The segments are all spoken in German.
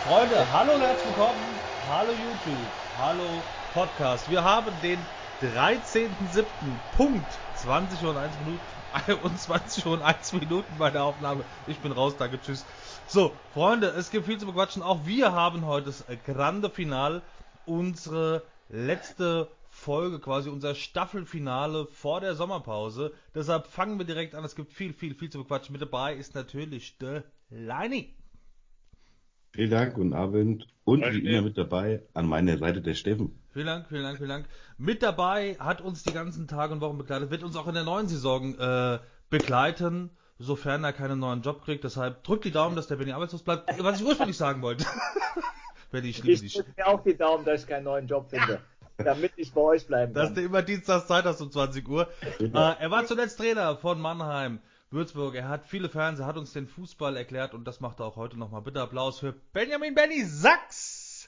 Freunde, hallo und herzlich willkommen. Hallo YouTube, hallo Podcast. Wir haben den 13.07. Punkt 20 Uhr und 1 Minute, 21 Uhr und 1 Minuten bei der Aufnahme. Ich bin raus, danke, tschüss. So, Freunde, es gibt viel zu bequatschen. Auch wir haben heute das Grande Finale, unsere letzte Folge, quasi unser Staffelfinale vor der Sommerpause. Deshalb fangen wir direkt an. Es gibt viel zu bequatschen. Mit dabei ist natürlich der Leini. Vielen Dank, guten Abend. Und wie immer mit dabei an meiner Seite der Steffen. Vielen Dank. Mit dabei hat uns die ganzen Tage und Wochen begleitet, wird uns auch in der neuen Saison begleiten, sofern er keinen neuen Job kriegt. Deshalb drückt die Daumen, dass der Benny arbeitslos bleibt. Was ich ursprünglich sagen wollte. Benny, ich liebe dich. Ich drücke mir auch die Daumen, dass ich keinen neuen Job finde, damit ich bei euch bleiben kann. Dass du immer dienstags Zeit hast um 20 Uhr. Er war zuletzt Trainer von Mannheim, Würzburg. Er hat viele Fans, er hat uns den Fußball erklärt und das macht er auch heute nochmal. Bitte Applaus für Benjamin Benny Sachs.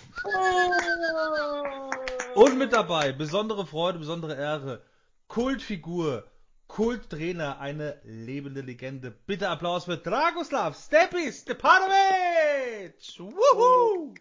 Und mit dabei, besondere Freude, besondere Ehre, Kultfigur, Kulttrainer, eine lebende Legende. Bitte Applaus für Dragoslav Stepanovic! Wuhu!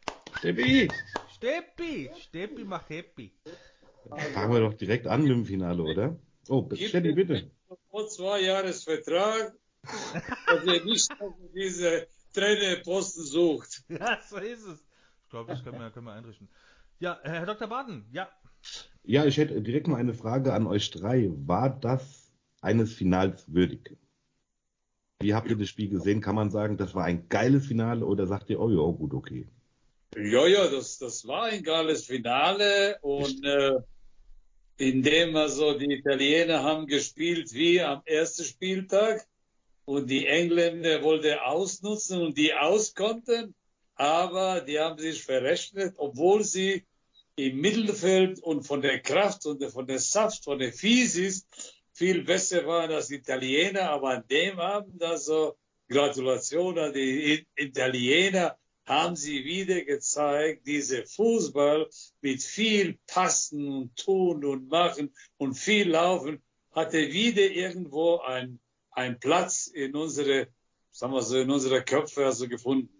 Steppi macht happy. Fangen wir doch direkt an mit dem Finale, oder? Oh, Steppi, bitte. Vor 2 Jahresvertrag, dass er nicht diese Trainerposten sucht. Ja, so ist es. Ich glaube, das können wir einrichten. Ja, Herr Dr. Baden, ja. Ja, ich hätte direkt mal eine Frage an euch drei. War das eines Finals würdig? Wie habt ihr das Spiel gesehen? Kann man sagen, das war ein geiles Finale oder sagt ihr, oh ja, gut, okay? Ja, das war ein geiles Finale und indem also die Italiener haben gespielt wie am ersten Spieltag und die Engländer wollten ausnutzen und die auskonnten, aber die haben sich verrechnet, obwohl sie im Mittelfeld und von der Kraft und von der Saft, von der Physis viel besser waren als die Italiener. Aber an dem Abend, also Gratulation an die Italiener, haben sie wieder gezeigt, diese Fußball mit viel Passen und Tun und Machen und viel Laufen hatte wieder irgendwo ein Platz in unsere, sagen wir so, in unsere Köpfe also gefunden.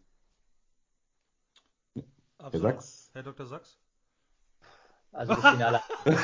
Absolut. Herr Sachs? Herr Dr. Sachs? Also das Finale.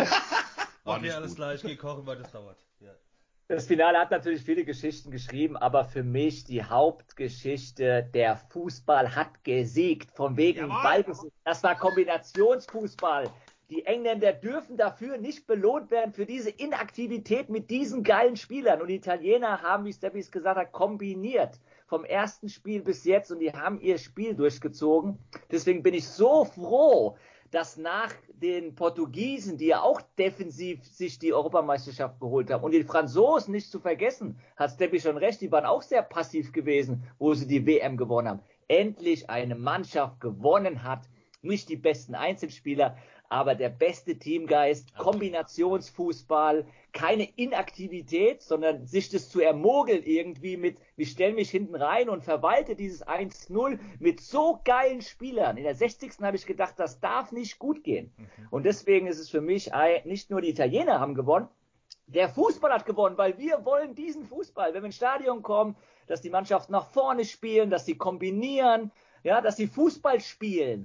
Okay, alles klar, ich gehe kochen, weil das dauert. Ja. Das Finale hat natürlich viele Geschichten geschrieben, aber für mich die Hauptgeschichte, der Fußball hat gesiegt. Von wegen Ballbesitz. Das war Kombinationsfußball. Die Engländer dürfen dafür nicht belohnt werden, für diese Inaktivität mit diesen geilen Spielern. Und die Italiener haben, wie Steppis gesagt hat, kombiniert. Vom ersten Spiel bis jetzt und die haben ihr Spiel durchgezogen. Deswegen bin ich so froh, dass nach den Portugiesen, die ja auch defensiv sich die Europameisterschaft geholt haben, und die Franzosen nicht zu vergessen, hat Steppi schon recht, die waren auch sehr passiv gewesen, wo sie die WM gewonnen haben. Endlich eine Mannschaft gewonnen hat, nicht die besten Einzelspieler, aber der beste Teamgeist, Kombinationsfußball, keine Inaktivität, sondern sich das zu ermogeln irgendwie mit, ich stelle mich hinten rein und verwalte dieses 1-0 mit so geilen Spielern. In der 60. habe ich gedacht, das darf nicht gut gehen. Und deswegen ist es für mich, nicht nur die Italiener haben gewonnen, der Fußball hat gewonnen, weil wir wollen diesen Fußball, wenn wir ins Stadion kommen, dass die Mannschaften nach vorne spielen, dass sie kombinieren, ja, dass sie Fußball spielen.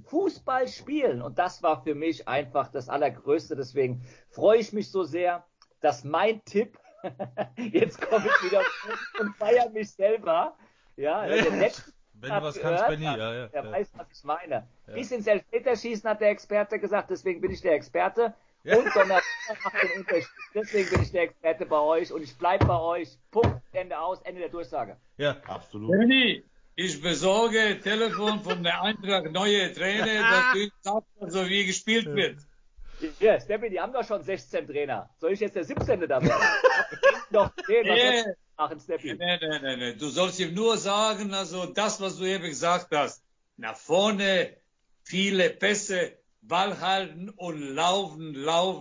Und das war für mich einfach das Allergrößte. Deswegen freue ich mich so sehr, dass mein Tipp, jetzt komme ich wieder und feiere mich selber. Ja, der letzte Wenn du was kannst, Benny, ja. Der weiß, was ich meine. Ja. Bis ins Elfmeterschießen hat der Experte gesagt, deswegen bin ich der Experte. Ja. Und Donnerstag macht den Unterschied. Deswegen bin ich der Experte bei euch und ich bleibe bei euch. Punkt, Ende aus, Ende der Durchsage. Ja, absolut. Benny, ich besorge Telefon von der Eintracht neue Trainer, dass du sagst, also wie gespielt wird. Ja, Steppi, die haben doch schon 16 Trainer. Soll ich jetzt der 17. da werden? Doch, machen, Steppi. Nee. Du sollst ihm nur sagen, also das, was du eben gesagt hast. Nach vorne, viele Pässe, Ball halten und laufen,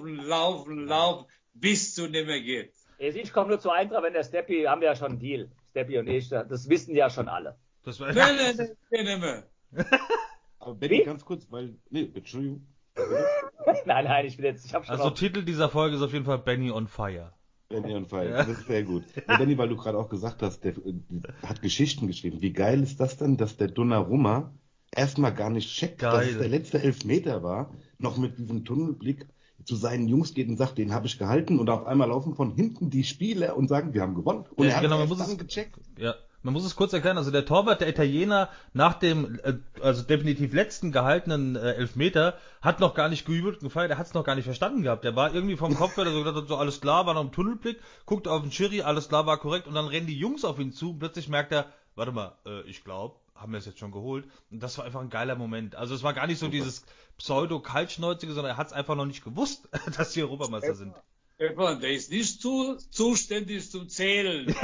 bis zu nimmer geht. Ich komme nur zu Eintracht, wenn der Steppi, haben wir ja schon einen Deal. Steppi und ich, das wissen ja schon alle. Das war nee. Aber Benny, ganz kurz, weil, Entschuldigung. Nein, ich habe schon. Also Titel dieser Folge ist auf jeden Fall Benny on Fire. Benny on Fire, das ist sehr gut. Ja, Benny, weil du gerade auch gesagt hast, der hat Geschichten geschrieben. Wie geil ist das denn, dass der Donnarumma erstmal gar nicht checkt, dass es der letzte Elfmeter war, noch mit diesem Tunnelblick zu seinen Jungs geht und sagt, den habe ich gehalten, und auf einmal laufen von hinten die Spieler und sagen, wir haben gewonnen. Und er hat es gecheckt. Ja, man muss es kurz erklären, also der Torwart, der Italiener, nach dem, also definitiv letzten gehaltenen Elfmeter, hat noch gar nicht gejubelt und gefeiert, er hat es noch gar nicht verstanden gehabt. Der war irgendwie vom Kopf, der so gedacht hat, so alles klar, war noch im Tunnelblick, guckt auf den Schiri, alles klar, war korrekt, und dann rennen die Jungs auf ihn zu und plötzlich merkt er, warte mal, ich glaube, haben wir es jetzt schon geholt. Und das war einfach ein geiler Moment. Also es war gar nicht so dieses Pseudo-Kaltschnäuzige, sondern er hat es einfach noch nicht gewusst, dass sie Europameister sind. Stefan, der ist nicht zuständig zum Zählen.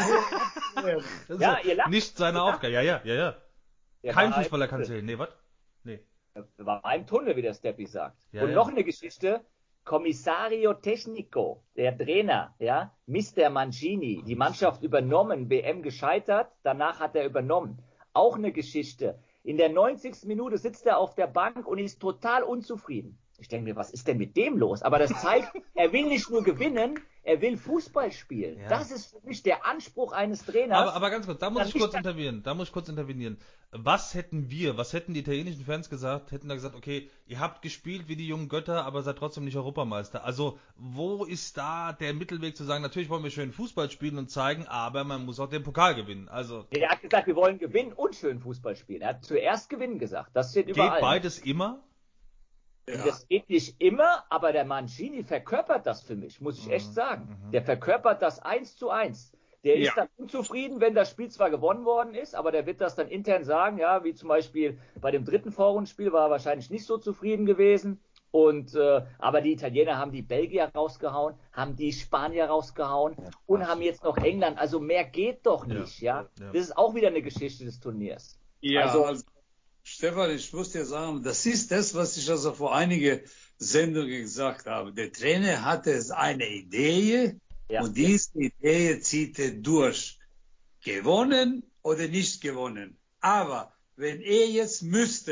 Das Ja, ist ihr lacht. nicht seine Aufgabe. Ja. Der Kein war Fußballer kann zählen. Nee, was? Nee. War ein Tunnel, wie der Steppi sagt. Ja, und ja. noch eine Geschichte. Commissario Tecnico, der Trainer, ja, Mr. Mancini, die Mannschaft übernommen, WM gescheitert, danach hat er übernommen. Auch eine Geschichte. In der 90. Minute sitzt er auf der Bank und ist total unzufrieden. Ich denke mir, was ist denn mit dem los? Aber das zeigt, er will nicht nur gewinnen, er will Fußball spielen. Ja. Das ist für mich der Anspruch eines Trainers. Aber ganz kurz, da muss ich kurz intervenieren. Was hätten die italienischen Fans gesagt? Hätten da gesagt, okay, ihr habt gespielt wie die jungen Götter, aber seid trotzdem nicht Europameister. Also, wo ist da der Mittelweg zu sagen, natürlich wollen wir schön Fußball spielen und zeigen, aber man muss auch den Pokal gewinnen. Also, Er hat gesagt, wir wollen gewinnen und schön Fußball spielen. Er hat zuerst gewinnen gesagt. Das steht überall. geht beides immer? Ja. Das geht nicht immer, aber der Mancini verkörpert das für mich, muss ich echt sagen. Der verkörpert das 1:1. Der ist dann unzufrieden, wenn das Spiel zwar gewonnen worden ist, aber der wird das dann intern sagen, ja, wie zum Beispiel bei dem dritten Vorrundenspiel war er wahrscheinlich nicht so zufrieden gewesen. Und aber die Italiener haben die Belgier rausgehauen, haben die Spanier rausgehauen und haben jetzt noch England. Also mehr geht doch nicht, ja. Das ist auch wieder eine Geschichte des Turniers. Ja, Also Stefan, ich muss dir sagen, das ist das, was ich also vor einige Sendungen gesagt habe. Der Trainer hatte eine Idee und diese Idee zieht er durch. Gewonnen oder nicht gewonnen. Aber wenn er jetzt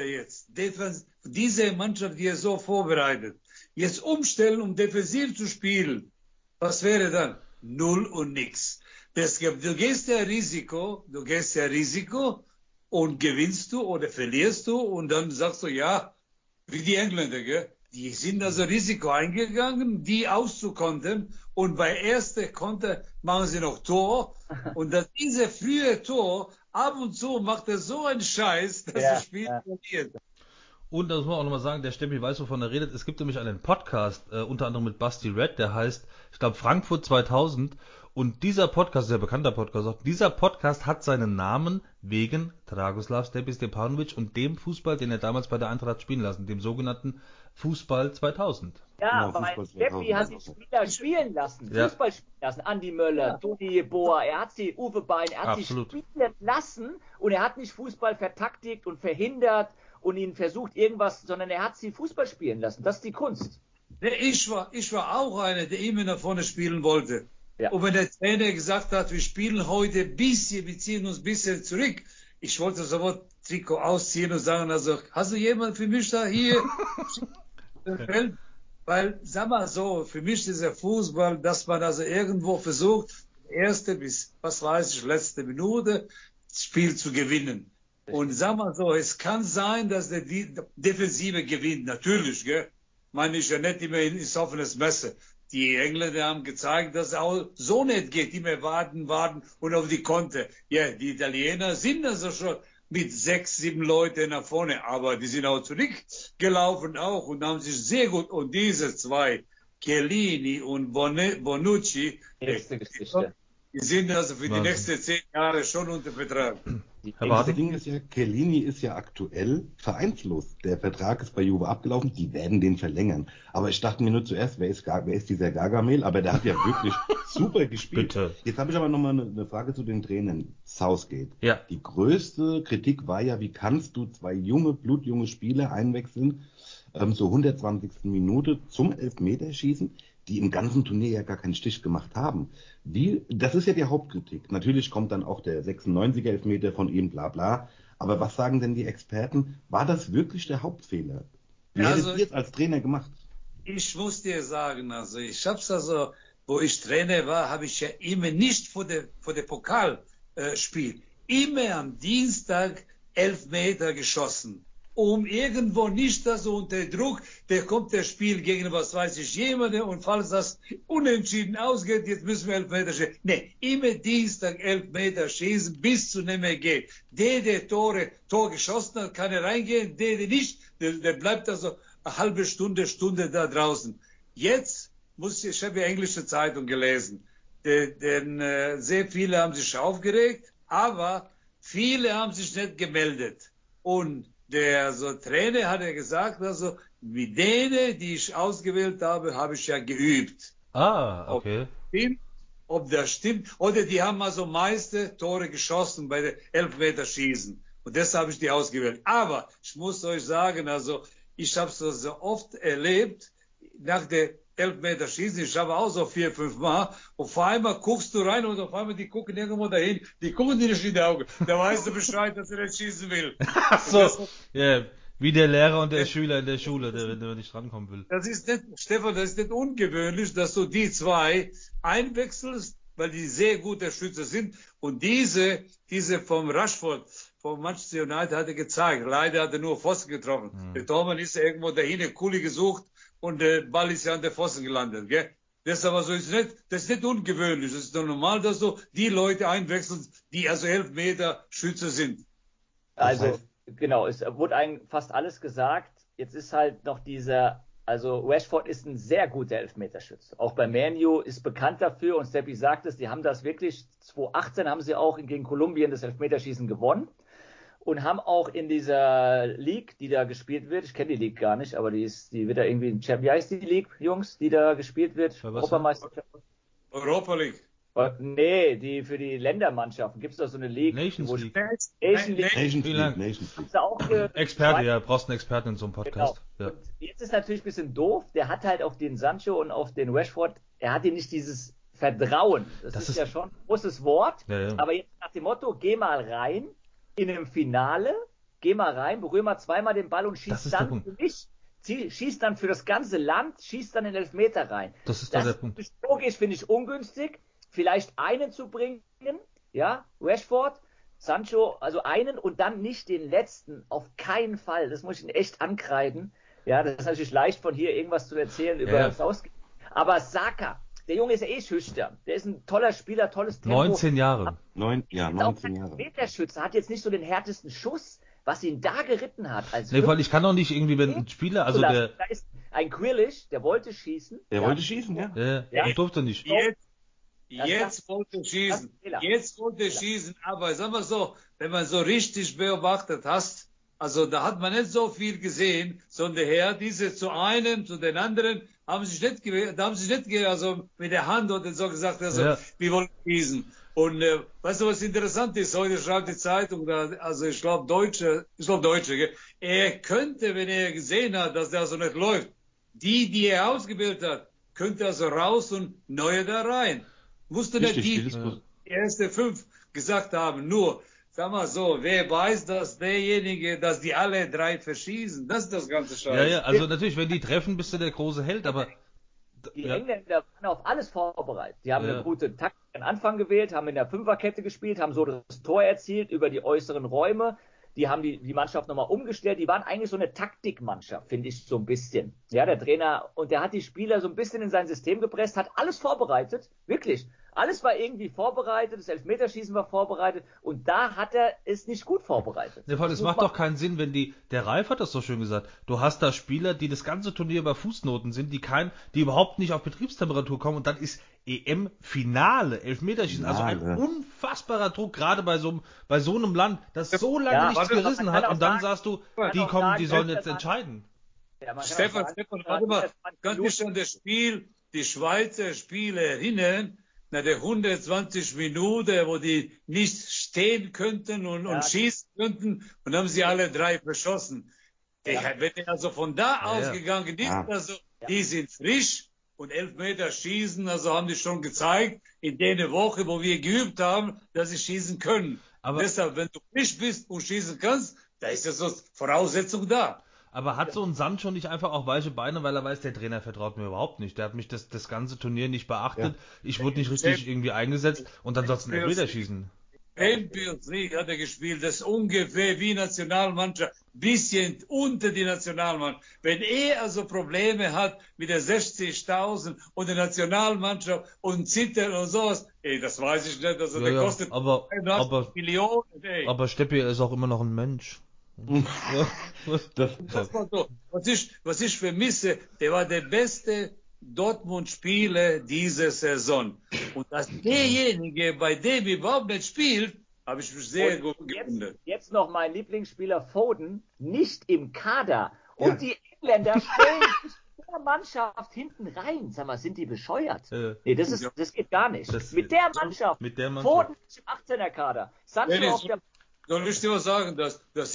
diese Mannschaft, die er so vorbereitet, jetzt umstellen, um defensiv zu spielen, was wäre dann? Null und nix. Du gehst ja Risiko und gewinnst du oder verlierst du und dann sagst du, ja, wie die Engländer, gell? Die sind also Risiko eingegangen, die auszukontern, und bei erster Konter machen sie noch Tor, und diese frühe Tor, ab und zu macht er so einen Scheiß, dass das Spiel verliert. Und das muss man auch nochmal sagen, der Steppi weiß, wovon er redet. Es gibt nämlich einen Podcast, unter anderem mit Basti Red, der heißt, ich glaube, Frankfurt 2000. Und dieser Podcast, sehr bekannter Podcast auch, dieser Podcast hat seinen Namen wegen Dragoslav Steppi Stepanovic und dem Fußball, den er damals bei der Eintracht hat spielen lassen, dem sogenannten Fußball 2000. Ja, Genau, weil Fußball Steppi 2000. hat die Spieler spielen lassen, Ja. Fußball spielen lassen. Andi Möller, Toni Boa, er hat sie, Uwe Bein, er hat Absolut. sie spielen lassen und er hat nicht Fußball vertaktigt und verhindert und ihnen versucht irgendwas, sondern er hat sie Fußball spielen lassen. Das ist die Kunst. Ich war auch einer, der immer nach vorne spielen wollte. Ja. Und wenn der Trainer gesagt hat, wir spielen heute ein bisschen, wir ziehen uns ein bisschen zurück, ich wollte sofort Trikot ausziehen und sagen, also, hast du jemanden für mich da hier? Weil, sag mal so, für mich ist der Fußball, dass man also irgendwo versucht, erste bis, was weiß ich, letzte Minute, das Spiel zu gewinnen. Und sag mal so, es kann sein, dass der Defensive gewinnt, natürlich, gell? Meine ich ja nicht immer ins offenes Messer. Die Engländer haben gezeigt, dass es auch so nicht geht, immer warten und auf die Konter. Ja, die Italiener sind also schon mit 6, 7 Leuten nach vorne, aber die sind auch zurückgelaufen auch und haben sich sehr gut, und diese zwei, Chiellini und Bonucci, Nächste Geschichte. die sind also für die Wahnsinn. nächsten 10 Jahre schon unter Vertrag. Das Ding ist ja, Chiellini ist ja aktuell vereinslos. Der Vertrag ist bei Juve abgelaufen, die werden den verlängern. Aber ich dachte mir nur zuerst, wer ist dieser Gargamel? Aber der hat ja wirklich super gespielt. Bitte. Jetzt habe ich aber nochmal eine Frage zu den Trainern. Southgate. Ja. Die größte Kritik war ja, wie kannst du zwei blutjunge Spieler einwechseln, zur 120. Minute zum Elfmeterschießen, die im ganzen Turnier ja gar keinen Stich gemacht haben. Das ist ja die Hauptkritik. Natürlich kommt dann auch der 96er Elfmeter von ihm, bla bla. Aber was sagen denn die Experten? War das wirklich der Hauptfehler? Wie hättet ihr es als Trainer gemacht? Ich muss dir sagen, also ich hab's also, wo ich Trainer war, habe ich ja immer nicht vor der Pokalspiel, immer am Dienstag Elfmeter geschossen. Um irgendwo nicht so unter Druck, der kommt das Spiel gegen, was weiß ich, jemanden und falls das unentschieden ausgeht, jetzt müssen wir Elfmeter schießen. Nee, immer Dienstag Elfmeter schießen, bis zu nicht mehr geht. Der Tor geschossen hat, kann er reingehen, der nicht, der bleibt also eine halbe Stunde da draußen. Jetzt ich habe ja englische Zeitung gelesen, denn sehr viele haben sich aufgeregt, aber viele haben sich nicht gemeldet. Und der Trainer hat ja gesagt, also mit denen, die ich ausgewählt habe, habe ich ja geübt. Ah, okay. Ob das stimmt. Oder die haben also meiste Tore geschossen bei der Elfmeterschießen. Und deshalb habe ich die ausgewählt. Aber ich muss euch sagen, also ich habe es so oft erlebt, nach der Elfmeterschießen, ich habe auch so 4, 5 Mal, und auf einmal guckst du rein und auf einmal die gucken irgendwo dahin, die gucken dir nicht in die Augen, da weißt du Bescheid, dass er nicht schießen will. Ach so, ja, wie der Lehrer und der Schüler in der Schule, der nicht rankommen will. Das ist nicht, Stefan, das ist nicht ungewöhnlich, dass du die zwei einwechselst, weil die sehr gute Schütze sind, und diese vom Rashford, vom Manchester United hat er gezeigt, leider hat er nur Pfosten getroffen. Der Tormann ist ja irgendwo dahin, eine Kuli gesucht, und der Ball ist ja an der Pfosten gelandet, gell? Das ist aber so, das ist nicht ungewöhnlich. Das ist doch normal, dass du die Leute einwechselst, die also Elfmeter Schütze sind. Also, genau, es wurde fast alles gesagt. Jetzt ist halt noch also Rashford ist ein sehr guter Elfmeterschütze. Auch bei Man U ist bekannt dafür, und Steppi sagt es, die haben das wirklich, 2018 haben sie auch gegen Kolumbien das Elfmeterschießen gewonnen. Und haben auch in dieser League, die da gespielt wird, ich kenne die League gar nicht, aber die wird da irgendwie, wie heißt die League, Jungs, die da gespielt wird? Europameisterschaft. Europa League. Nee, die für die Ländermannschaften. Gibt es da so eine League? Nations League. Nations League. Experte, ja, brauchst einen Experten in so einem Podcast. Genau. Ja. Und jetzt ist natürlich ein bisschen doof, der hat halt auf den Sancho und auf den Rashford, er hat ihm nicht dieses Vertrauen. Das ist ja schon ein großes Wort, ja. Aber jetzt nach dem Motto, geh mal rein in einem Finale, geh mal rein, berühr mal zweimal den Ball und schieß dann für mich, schieß dann für das ganze Land, schieß dann in den Elfmeter rein. Das ist der Punkt. Logisch, finde ich ungünstig, vielleicht einen zu bringen, ja, Rashford, Sancho, also einen und dann nicht den letzten, auf keinen Fall. Das muss ich ihn echt ankreiden. Ja, das ist natürlich leicht von hier irgendwas zu erzählen über das Ausgehen. Aber Saka, der Junge ist ja eh schüchtern. Der ist ein toller Spieler, tolles Tempo. 19 Jahre. 19 Jahre. Der Schütze hat jetzt nicht so den härtesten Schuss, was ihn da geritten hat. Nee, weil ich kann doch nicht irgendwie, wenn ein Spieler, also der... Da ist ein Grealish, der wollte schießen. Wollte schießen, ja. Der durfte nicht. Jetzt wollte schießen. Jetzt wollte schießen. Aber sagen wir so, wenn man so richtig beobachtet hast, also da hat man nicht so viel gesehen, sondern diese zu einem, zu den anderen, haben sich nicht also mit der Hand oder so gesagt, also wir wollen schießen. Und weißt du, was interessant ist? Heute schreibt die Zeitung, also ich glaube Deutsche, gell? Er könnte, wenn er gesehen hat, dass der so nicht läuft, die er ausgebildet hat, könnte also raus und neue da rein. Musste nicht die erste 5 gesagt haben, nur, sag mal so, wer weiß, dass die alle 3 verschießen? Das ist das ganze Scheiß. Ja, also natürlich, wenn die treffen, bist du der große Held, aber... Die Engländer waren auf alles vorbereitet. Die haben eine gute Taktik am Anfang gewählt, haben in der Fünferkette gespielt, haben so das Tor erzielt über die äußeren Räume. Die haben die Mannschaft nochmal umgestellt. Die waren eigentlich so eine Taktikmannschaft, finde ich so ein bisschen. Ja, der Trainer, und der hat die Spieler so ein bisschen in sein System gepresst, hat alles vorbereitet, wirklich. Alles war irgendwie vorbereitet, das Elfmeterschießen war vorbereitet und da hat er es nicht gut vorbereitet. Ja, es macht doch keinen Sinn, wenn der Ralf hat das so schön gesagt, du hast da Spieler, die das ganze Turnier über Fußnoten sind, die überhaupt nicht auf Betriebstemperatur kommen und dann ist EM-Finale, Elfmeterschießen, also ein unfassbarer Druck, gerade bei so einem Land, das so lange nichts gerissen hat und dann sagst du, die sollen jetzt entscheiden. Ja, Stefan, warte mal, kannst du schon das Spiel, die Schweizer Spiele erinnern, nach der 120 Minuten, wo die nicht stehen könnten und schießen könnten, und haben sie alle 3 verschossen. Wenn er also von da ausgegangen ist, also die sind frisch und Elfmeter schießen, also haben die schon gezeigt, in der Woche, wo wir geübt haben, dass sie schießen können. Aber deshalb, wenn du frisch bist und schießen kannst, da ist ja so Voraussetzung da. Aber hat so ein Sancho nicht einfach auch weiche Beine, weil er weiß, der Trainer vertraut mir überhaupt nicht. Der hat mich das ganze Turnier nicht beachtet. Ich wurde nicht richtig irgendwie eingesetzt und dann sollst du einen Elfmeter schießen. Champions League hat er gespielt, das ist ungefähr wie Nationalmannschaft, bisschen unter die Nationalmannschaft. Wenn er also Probleme hat mit der 60.000 und der Nationalmannschaft und Zittern und sowas, das weiß ich nicht, also der kostet aber Millionen, Aber Steppi ist auch immer noch ein Mensch. Das war so. Was ich vermisse, der war der beste Dortmund-Spieler diese Saison. Und dass derjenige, bei dem überhaupt nicht spielt, habe ich mich sehr gut gewundert. Jetzt noch mein Lieblingsspieler Foden, nicht im Kader. Und die Engländer stellen sich der Mannschaft hinten rein. Sag mal, sind die bescheuert? Nee, das geht gar nicht. Mit der Mannschaft. Foden ist im 18er Kader. Sancho auf der... Soll ich dir was sagen, das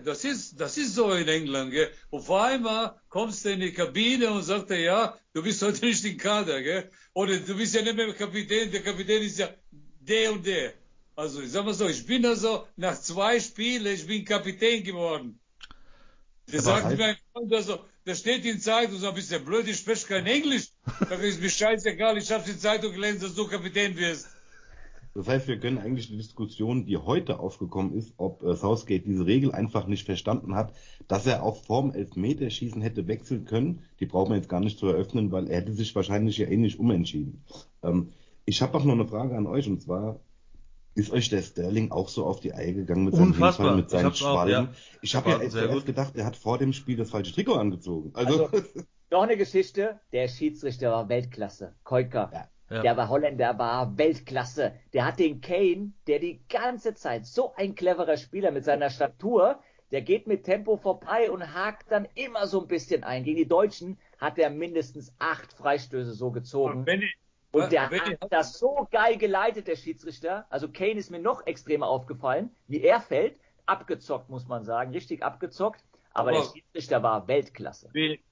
ist so in England, gell? Und vor einmal kommst du in die Kabine und sagt er, ja, du bist heute nicht im Kader, gell? Oder du bist ja nicht mehr Kapitän, der Kapitän ist ja der und der. Also, ich sag mal so, ich bin also nach 2 Spielen, ich bin Kapitän geworden. Der sagt mir mein Freund, also, da steht in Zeitung, so ein bisschen blöd, ich spreche kein Englisch. Da ist mir scheißegal, ich habe die Zeitung gelesen, dass du Kapitän wirst. Das heißt, wir können eigentlich die Diskussion, die heute aufgekommen ist, ob Southgate diese Regel einfach nicht verstanden hat, dass er auch vorm Elfmeterschießen hätte wechseln können, die brauchen wir jetzt gar nicht zu eröffnen, weil er hätte sich wahrscheinlich ja ähnlich umentschieden. Ich habe auch noch eine Frage an euch, und zwar, ist euch der Sterling auch so auf die Eier gegangen mit seinem Hinfall, mit seinen Schwalben? Ich habe ja zuerst gedacht, er hat vor dem Spiel das falsche Trikot angezogen. Also noch eine Geschichte, der Schiedsrichter war Weltklasse, Koika. Ja. Der war Holländer, war Weltklasse. Der hat den Kane, der die ganze Zeit, so ein cleverer Spieler mit seiner Statur, der geht mit Tempo vorbei und hakt dann immer so ein bisschen ein. Gegen die Deutschen hat er mindestens 8 Freistöße so gezogen. Und der hat das so geil geleitet, der Schiedsrichter. Also Kane ist mir noch extremer aufgefallen, wie er fällt. Abgezockt, muss man sagen, richtig abgezockt. Aber der Schiedsrichter war Weltklasse.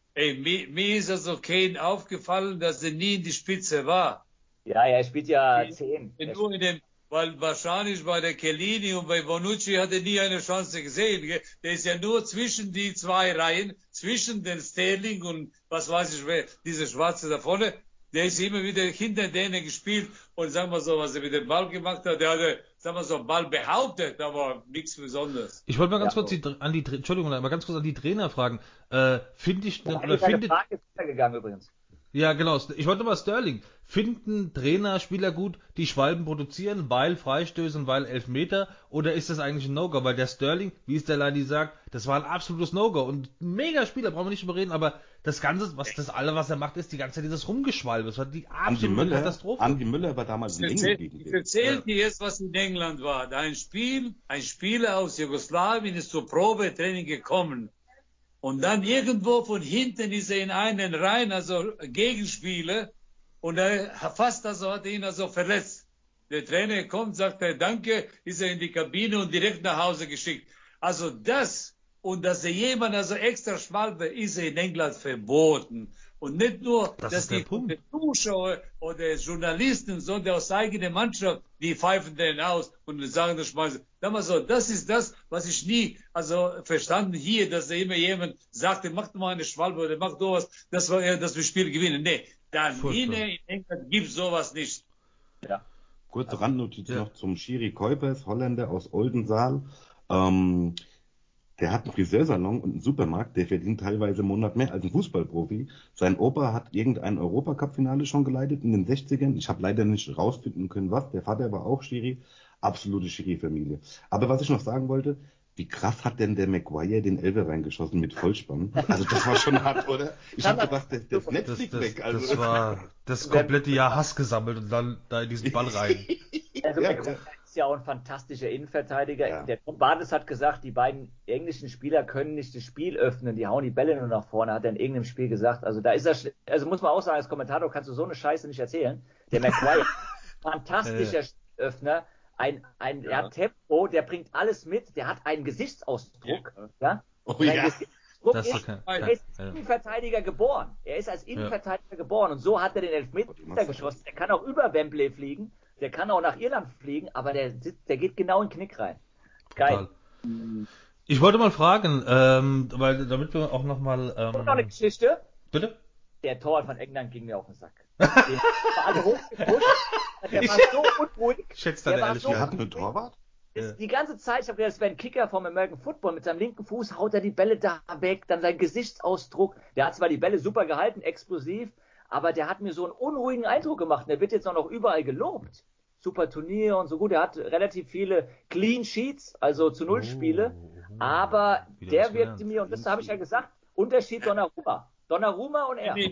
Mir ist also Kane aufgefallen, dass er nie in die Spitze war. Ja, er spielt ja 10. Nur weil wahrscheinlich bei der Chiellini und bei Bonucci hat er nie eine Chance gesehen. Gell? Der ist ja nur zwischen die 2 Reihen, zwischen den Sterling und was weiß ich wer, diese Schwarze da vorne. Der ist immer wieder hinter denen gespielt und sagen wir so, was er mit dem Ball gemacht hat, der hatte, sagen wir so, Ball behauptet, aber nichts Besonderes. Ich wollte mal ganz kurz an die Trainer fragen. Findet Frage ist gegangen übrigens. Ja, genau. Ich wollte mal Sterling. Finden Trainer Spieler gut, die Schwalben produzieren, weil Freistößen, weil Elfmeter, oder ist das eigentlich ein No-Go? Weil der Sterling, wie es der Ladi sagt, das war ein absolutes No-Go und ein mega Spieler, brauchen wir nicht drüber reden, aber das Ganze, was er macht, ist die ganze Zeit dieses Rumgeschwalbe. Das war die absolute Katastrophe. Andi Müller war damals in England gegen den. Ich erzähle dir jetzt, was in England war. Da ein Spieler aus Jugoslawien ist zur Probetraining gekommen. Und dann irgendwo von hinten ist er in einen rein, also Gegenspieler, und hat ihn also verletzt. Der Trainer kommt, sagt er, danke, ist er in die Kabine und direkt nach Hause geschickt. Also das, und dass er jemand also extra Schwalbe, ist er in England verboten. Und nicht nur, dass die Zuschauer oder Journalisten, sondern aus eigener Mannschaft, die pfeifen den aus und sagen, das schmeißen. Das ist das, was ich nie verstanden hier, dass immer jemand sagte, mach mal eine Schwalbe oder mach sowas, dass wir Spiel gewinnen. Nee, in England gibt sowas nicht. Ja. Kurze Randnotiz noch zum Schiri Kuipers, Holländer aus Oldenzaal. Der hat einen Friseursalon und einen Supermarkt, der verdient teilweise im Monat mehr als ein Fußballprofi. Sein Opa hat irgendein Europacup-Finale schon geleitet in den 60ern. Ich habe leider nicht rausfinden können, was. Der Vater war auch Schiri. Absolute Schiri-Familie. Aber was ich noch sagen wollte, wie krass hat denn der Maguire den Elfer reingeschossen mit Vollspann? Also das war schon hart, oder? Ich habe gedacht, das Netz fliegt weg. Also das war das komplette Jahr Hass gesammelt und dann da in diesen Ball rein. Also Maguire ist ja auch ein fantastischer Innenverteidiger. Ja. Der Tom Barnes hat gesagt, die beiden englischen Spieler können nicht das Spiel öffnen, die hauen die Bälle nur nach vorne, hat er in irgendeinem Spiel gesagt. Also da ist er, also muss man auch sagen, als Kommentator kannst du so eine Scheiße nicht erzählen. Der Maguire, fantastischer Spielöffner, er hat Tempo, der bringt alles mit, der hat einen Gesichtsausdruck, ja. Er ist als Innenverteidiger geboren. Er ist als Innenverteidiger geboren und so hat er den Elfmeter geschossen. Der kann auch über Wembley fliegen, der kann auch nach Irland fliegen, aber der geht genau in den Knick rein. Geil. Total. Ich wollte mal fragen, weil damit wir auch nochmal... Und noch eine Geschichte. Bitte? Der Torwart von England ging mir auf den Sack. Den war alle hochgepusht. Der war so unruhig. Schätzt er ehrlich, wir hatten einen Torwart? Die ganze Zeit, ich habe gedacht, das wäre ein Kicker vom American Football. Mit seinem linken Fuß haut er die Bälle da weg, dann sein Gesichtsausdruck. Der hat zwar die Bälle super gehalten, explosiv, aber der hat mir so einen unruhigen Eindruck gemacht. Der wird jetzt auch noch überall gelobt. Super Turnier und so gut. Er hat relativ viele Clean Sheets, also zu Null Spiele. Aber der wirkte mir, und das habe ich ja gesagt, Unterschied Donnarumma. Donnarumma und er.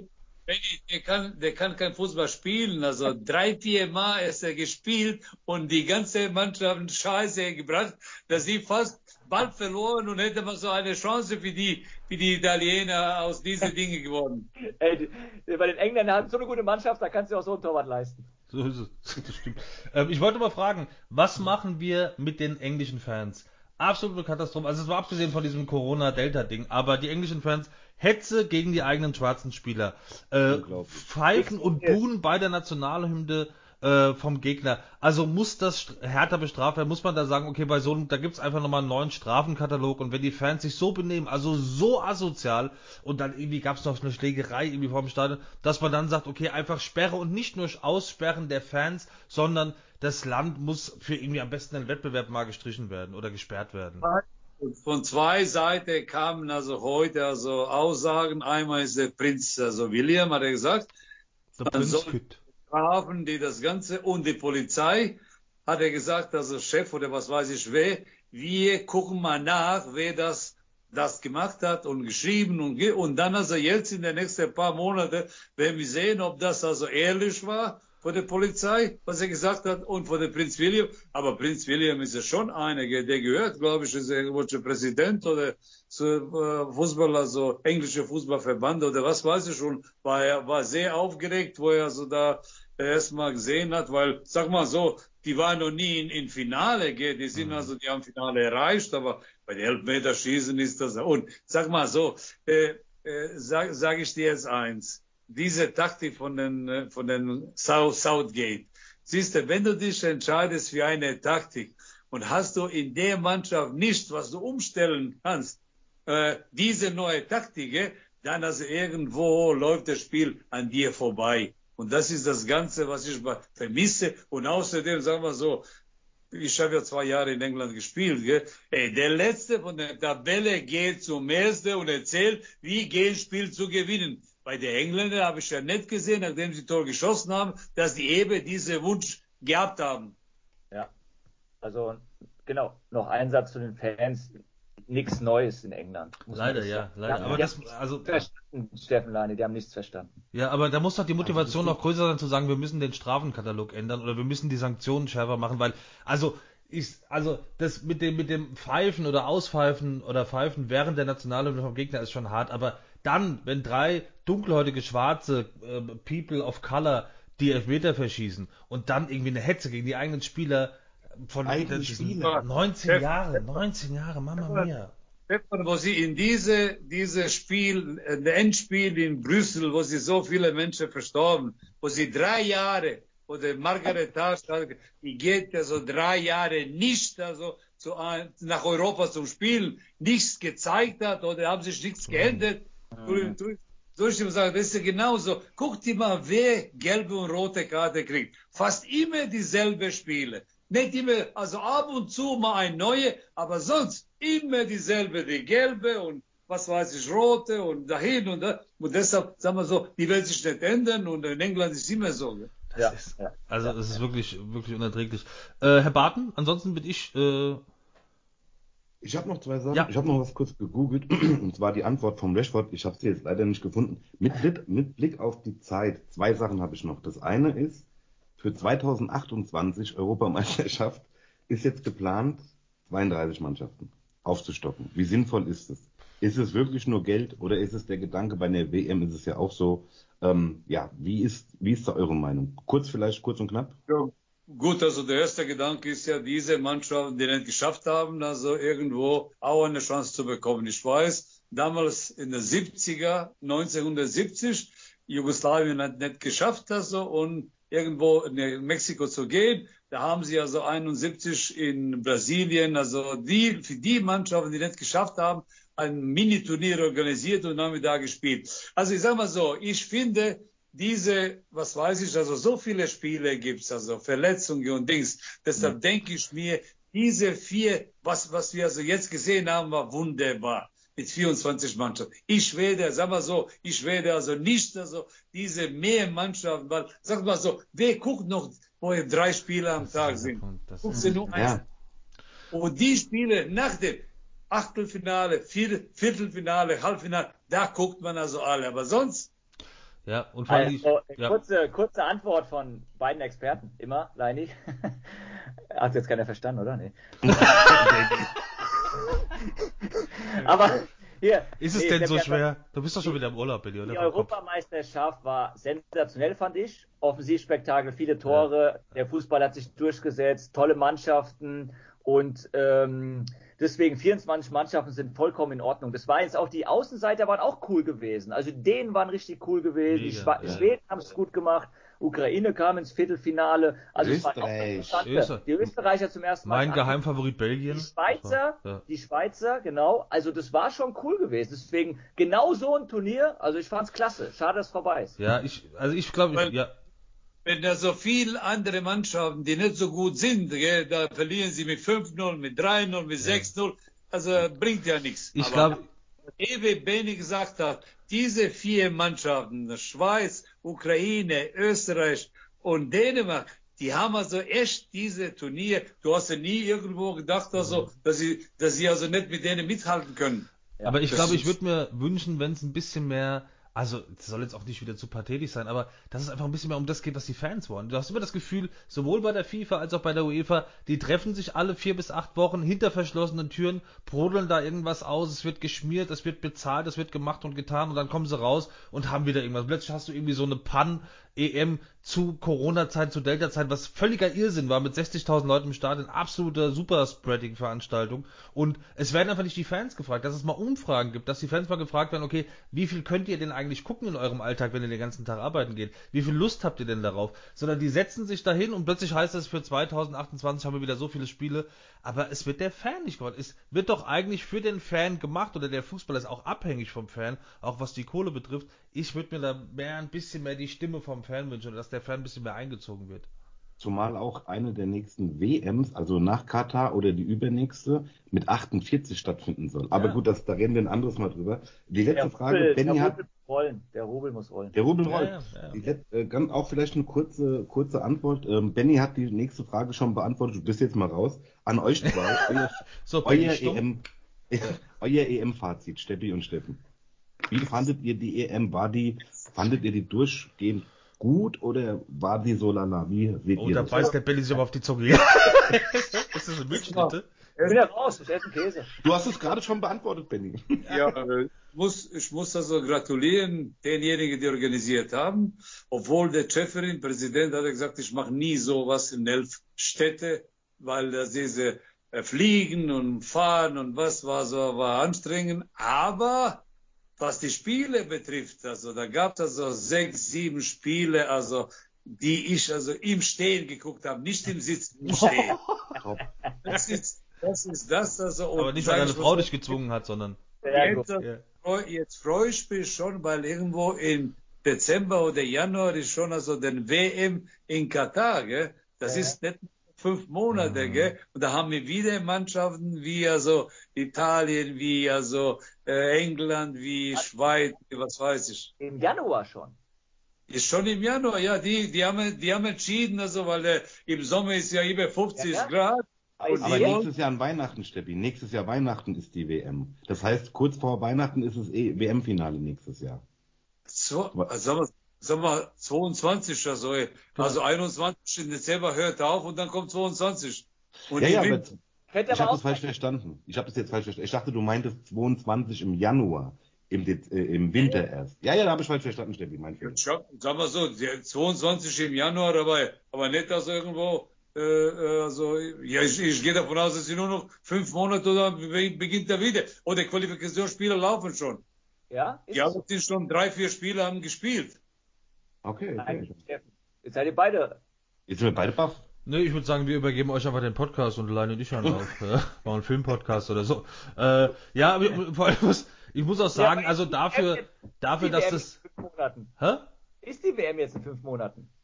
Der kann kein Fußball spielen. Also 3-4 Mal ist er gespielt und die ganze Mannschaft Scheiße gebracht, dass sie fast bald verloren und hätte man so eine Chance für die Italiener aus diesen Dingen geworden. Ey, bei den Engländern haben so eine gute Mannschaft, da kannst du auch so ein Torwart leisten. So ist es. Das stimmt. Ich wollte mal fragen, was machen wir mit den englischen Fans? Absolute Katastrophe. Also es war abgesehen von diesem Corona-Delta-Ding, aber die englischen Fans Hetze gegen die eigenen schwarzen Spieler. Pfeifen und buhen bei der Nationalhymne vom Gegner. Also muss das härter bestraft werden? Muss man da sagen, okay, da gibt's einfach nochmal einen neuen Strafenkatalog und wenn die Fans sich so benehmen, also so asozial und dann irgendwie gab's noch eine Schlägerei irgendwie vor dem Stadion, dass man dann sagt, okay, einfach Sperre und nicht nur Aussperren der Fans, sondern das Land muss für irgendwie am besten den Wettbewerb mal gestrichen werden oder gesperrt werden. Von zwei Seiten kamen also heute Aussagen. Einmal ist der Prinz, also William, hat er gesagt, der Prinz Strafen, die das Ganze und die Polizei, hat er gesagt, also Chef oder was weiß ich wer, wir gucken mal nach, wer das gemacht hat und geschrieben und dann also jetzt in den nächsten paar Monaten werden wir sehen, ob das also ehrlich war von der Polizei, was er gesagt hat, und von der Prinz William. Aber Prinz William ist ja schon einer, der gehört, glaube ich, ist irgendwo der Präsident oder Fußball, also englische Fußballverband oder was weiß ich schon, war sehr aufgeregt, wo er so da erstmal gesehen hat, weil, sag mal so, die waren noch nie in Finale, gell? Die haben Finale erreicht, aber bei den Elfmeterschießen ist das, und sag mal so, sag ich dir jetzt eins, diese Taktik von den Southgate. Siehst du, wenn du dich entscheidest für eine Taktik und hast du in der Mannschaft nichts, was du umstellen kannst, diese neue Taktik, dann also irgendwo läuft das Spiel an dir vorbei. Und das ist das Ganze, was ich vermisse. Und außerdem, sagen wir so, ich habe ja 2 Jahre in England gespielt, gell? Ey, der Letzte von der Tabelle geht zum Ersten und erzählt, wie geht das Spiel zu gewinnen. Bei den Engländern habe ich ja nicht gesehen, nachdem sie Tor geschossen haben, dass die eben diesen Wunsch gehabt haben. Ja, also genau, noch ein Satz zu den Fans. Nichts Neues in England. Leider, ja, leider. Aber das, also. Verstanden, Steffen Leine, die haben nichts verstanden. Ja, aber da muss doch die Motivation noch größer sein, zu sagen, wir müssen den Strafenkatalog ändern oder wir müssen die Sanktionen schärfer machen, weil, das mit dem Pfeifen oder Auspfeifen oder Pfeifen während der Nationalhymne vom Gegner ist schon hart, aber dann, wenn 3 dunkelhäutige Schwarze, People of Color, die Elfmeter verschießen und dann irgendwie eine Hetze gegen die eigenen Spieler von 19 Jahre, Mama mia. Wo sie in diese Spiel, Endspiel in Brüssel, wo sie so viele Menschen verstorben, wo sie 3 Jahre, oder Margaret Thatcher, die geht also 3 Jahre nicht nach Europa zum Spielen, nichts gezeigt hat oder haben sich nichts geändert. Soll ich sagen, das ist ja genauso. Guckt dir mal, wer gelbe und rote Karte kriegt. Fast immer dieselbe Spiele. Nicht immer, also ab und zu mal ein neue, aber sonst immer dieselbe, die gelbe und was weiß ich, rote und dahin und da. Und deshalb, sagen wir so, die werden sich nicht ändern und in England ist es immer so. Das ist wirklich, wirklich unerträglich. Herr Barton, ansonsten bin ich. Ich habe noch 2 Sachen. Ja. Ich habe noch was kurz gegoogelt, und zwar die Antwort vom Rashford. Ich habe sie jetzt leider nicht gefunden. Mit Blick auf die Zeit, 2 Sachen habe ich noch. Das eine ist, für 2028 Europameisterschaft ist jetzt geplant, 32 Mannschaften aufzustocken. Wie sinnvoll ist es? Ist es wirklich nur Geld oder ist es der Gedanke, bei der WM ist es ja auch so, wie ist da eure Meinung? Kurz und knapp? Ja, gut, also der erste Gedanke ist ja, diese Mannschaften, die nicht geschafft haben, also irgendwo auch eine Chance zu bekommen. Ich weiß, damals in den 70er, 1970, Jugoslawien hat nicht geschafft, also, und irgendwo in Mexiko zu gehen. Da haben sie also 71 in Brasilien, also für die Mannschaften, die nicht geschafft haben, ein Mini-Turnier organisiert und haben wir da gespielt. Also ich sage mal so, ich finde, so viele Spiele gibt's, also Verletzungen und Dings. Deshalb denke ich mir, diese 4, was wir also jetzt gesehen haben, war wunderbar. Mit 24 Mannschaften. Ich werde also nicht also diese mehr Mannschaften, weil, sag mal so, wer guckt noch, wo 3 Spiele am Tag sind? Guckst du nur eins. Und die Spiele nach dem Achtelfinale, Viertelfinale, Halbfinale, da guckt man also alle. Aber sonst. Ja, und kurze Antwort von beiden Experten, immer, Leini. Hat jetzt keiner verstanden, oder? Nee. Aber hier. Ist es denn so schwer? Du bist doch schon wieder im Urlaub, Billy, oder? Die Europameisterschaft war sensationell, fand ich. Offensivspektakel, viele Tore. Ja. Der Fußball hat sich durchgesetzt, tolle Mannschaften und deswegen 24 Mannschaften sind vollkommen in Ordnung. Das war jetzt auch, die Außenseiter waren auch cool gewesen. Also Dänen waren richtig cool gewesen. Die Schweden haben es gut gemacht. Ukraine kam ins Viertelfinale. Also die Österreicher zum ersten Mal. Mein Geheimfavorit Belgien. Die Schweizer, genau. Also das war schon cool gewesen. Deswegen genau so ein Turnier. Also ich fand's klasse. Schade, dass es vorbei ist. Ja, ich glaube, ja. Wenn da so viele andere Mannschaften, die nicht so gut sind, gell, da verlieren sie mit 5-0, mit 3-0, mit 6-0. Also bringt ja nichts. Ich glaube, wie Benny gesagt hat, diese 4 Mannschaften, Schweiz, Ukraine, Österreich und Dänemark, die haben also echt diese Turnier. Du hast ja nie irgendwo gedacht, also, dass sie also nicht mit denen mithalten können. Ja. Aber ich glaube, ich würde mir wünschen, wenn es ein bisschen mehr. Also, das soll jetzt auch nicht wieder zu pathetisch sein, aber dass es einfach ein bisschen mehr um das geht, was die Fans wollen. Du hast immer das Gefühl, sowohl bei der FIFA als auch bei der UEFA, die treffen sich alle 4 bis 8 Wochen hinter verschlossenen Türen, brodeln da irgendwas aus, es wird geschmiert, es wird bezahlt, es wird gemacht und getan und dann kommen sie raus und haben wieder irgendwas. Plötzlich hast du irgendwie so eine Pan-EM zu Corona-Zeit, zu Delta-Zeit, was völliger Irrsinn war, mit 60.000 Leuten im Stadion, absolute Super-Spreading-Veranstaltung. Und es werden einfach nicht die Fans gefragt, dass es mal Umfragen gibt, dass die Fans mal gefragt werden, okay, wie viel könnt ihr denn eigentlich gucken in eurem Alltag, wenn ihr den ganzen Tag arbeiten geht? Wie viel Lust habt ihr denn darauf? Sondern die setzen sich dahin und plötzlich heißt es, für 2028 haben wir wieder so viele Spiele, aber es wird der Fan nicht gewollt. Es wird doch eigentlich für den Fan gemacht, oder der Fußball ist auch abhängig vom Fan, auch was die Kohle betrifft. Ich würde mir da ein bisschen mehr die Stimme vom Fan wünschen, dass der Fan ein bisschen mehr eingezogen wird. Zumal auch eine der nächsten WMs, also nach Katar oder die übernächste, mit 48 stattfinden soll. Aber gut, da reden wir ein anderes Mal drüber. Die letzte Frage, Benny hat... Der Rubel muss rollen. Der Rubel rollt. Ja. Auch vielleicht eine kurze Antwort. Benny hat die nächste Frage schon beantwortet. Du bist jetzt mal raus. An euch zwei. Euer EM-Fazit, Steppi und Steffen. Wie fandet ihr die EM? Fandet ihr die durchgehend gut oder war die so lala? Wie seht ihr da das? beißt der Belly sich aber auf die Zunge. Ist das eine Milchschnitte? Ich bin ja raus, ich esse Käse. Du hast es gerade schon beantwortet, Benny. Ja, ich muss also gratulieren denjenigen, die organisiert haben. Obwohl der Schäferin, Präsident, hat gesagt, ich mache nie sowas in 11 Städte, weil das diese Fliegen und Fahren und war anstrengend. Aber was die Spiele betrifft, also da gab es also 6, 7 Spiele, also die ich also im Stehen geguckt habe, nicht im Sitzen, im Stehen. Das ist das also. Aber nicht, weil deine Frau dich gezwungen hat, sondern. Jetzt freue ich mich schon, weil irgendwo im Dezember oder Januar ist schon also den WM in Katar, gell? Das ist nicht 5 Monate, gell? Und da haben wir wieder Mannschaften wie also Italien, wie also England, wie Schweiz, was weiß ich. Im Januar schon. Ist schon im Januar, ja. Die haben entschieden, also weil im Sommer ist ja über 50 Grad. Aber nächstes Jahr an Weihnachten, Steppi. Nächstes Jahr Weihnachten ist die WM. Das heißt, kurz vor Weihnachten ist es WM-Finale nächstes Jahr. Sagen wir 22, also 21 im Dezember hört auf und dann kommt 22. Und aber ich habe das falsch verstanden. Ich dachte, du meintest 22 im Januar. Im Winter erst. Ja, da habe ich falsch verstanden, Steppi, mein Fehler. Sagen wir so, 22 im Januar dabei, aber nicht, dass irgendwo ich gehe davon aus, dass sie nur noch 5 Monate oder beginnt er wieder. Oder Qualifikationsspiele laufen schon. Ja? Ja, es sind schon 3, 4 Spiele haben gespielt. Okay. Jetzt seid ihr beide. Jetzt sind wir beide baff. Ne, ich würde sagen, wir übergeben euch einfach den Podcast und Leine und ich hören auf. Machen einen Filmpodcast oder so. Vor allem ich muss auch sagen, also dafür, dass das... Ist die WM jetzt in 5 Monaten? Hä? Ist die WM jetzt in 5 Monaten?